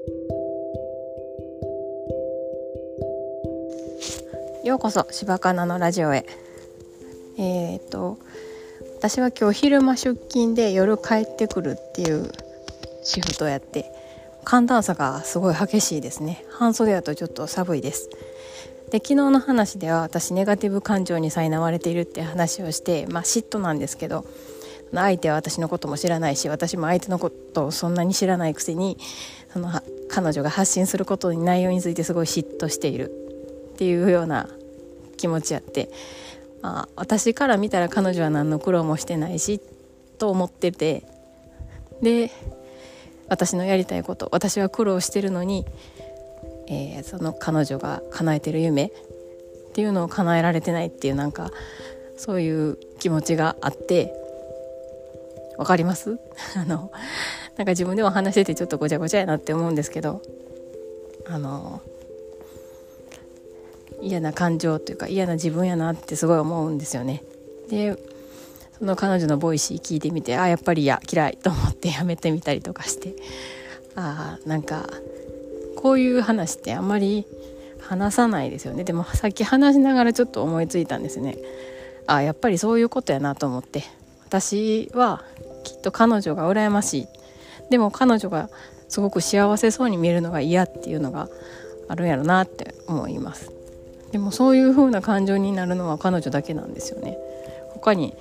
ようこそ柴かなのラジオへ。私は今日昼間出勤で夜帰ってくるっていうシフトをやって、寒暖差がすごい激しいですね。半袖だとちょっと寒いです。で、昨日の話では私ネガティブ感情に苛まれているって話をして、嫉妬なんですけど、相手は私のことも知らないし、私も相手のことをそんなに知らないくせに、彼女が発信することに内容についてすごい嫉妬しているっていうような気持ちやって、私から見たら彼女は何の苦労もしてないしと思ってて、で私のやりたいこと、私は苦労してるのに、その彼女が叶えてる夢っていうのを叶えられてないっていう、なんかそういう気持ちがあって、わかりますなんか自分でも話しててちょっとごちゃごちゃやなって思うんですけど、嫌な感情というか嫌な自分やなってすごい思うんですよね。で、その彼女のボイシー聞いてみて、やっぱり嫌いと思ってやめてみたりとかして、なんかこういう話ってあんまり話さないですよね。でもさっき話しながらちょっと思いついたんですね。やっぱりそういうことやなと思って、私はきっと彼女が羨ましい、でも彼女がすごく幸せそうに見えるのが嫌っていうのがあるんやろなって思います。でもそういう風な感情になるのは彼女だけなんですよね。他に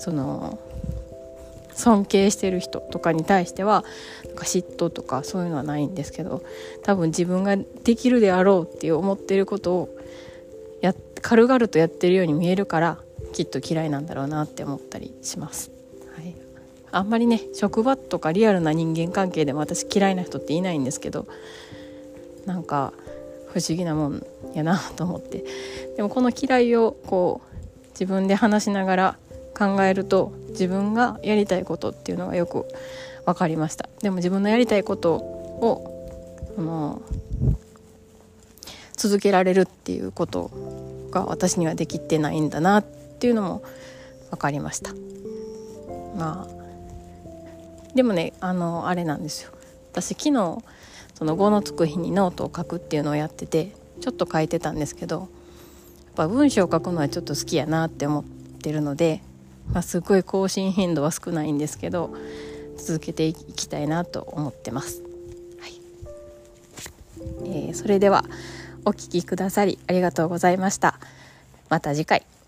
尊敬してる人とかに対してはなんか嫉妬とかそういうのはないんですけど、多分自分ができるであろうって思ってることを軽々とやってるように見えるから、きっと嫌いなんだろうなって思ったりします。あんまりね、職場とかリアルな人間関係でも私嫌いな人っていないんですけど、なんか不思議なもんやなと思って、でもこの嫌いを自分で話しながら考えると、自分がやりたいことっていうのがよく分かりました。でも自分のやりたいことを続けられるっていうことが私にはできてないんだなっていうのも分かりました。でもね、あれなんですよ。私昨日その5のつく日にノートを書くっていうのをやってて、ちょっと書いてたんですけど、やっぱ文章を書くのはちょっと好きやなって思ってるので、すごい更新頻度は少ないんですけど、続けていきたいなと思ってます。それではお聞きくださりありがとうございました。また次回。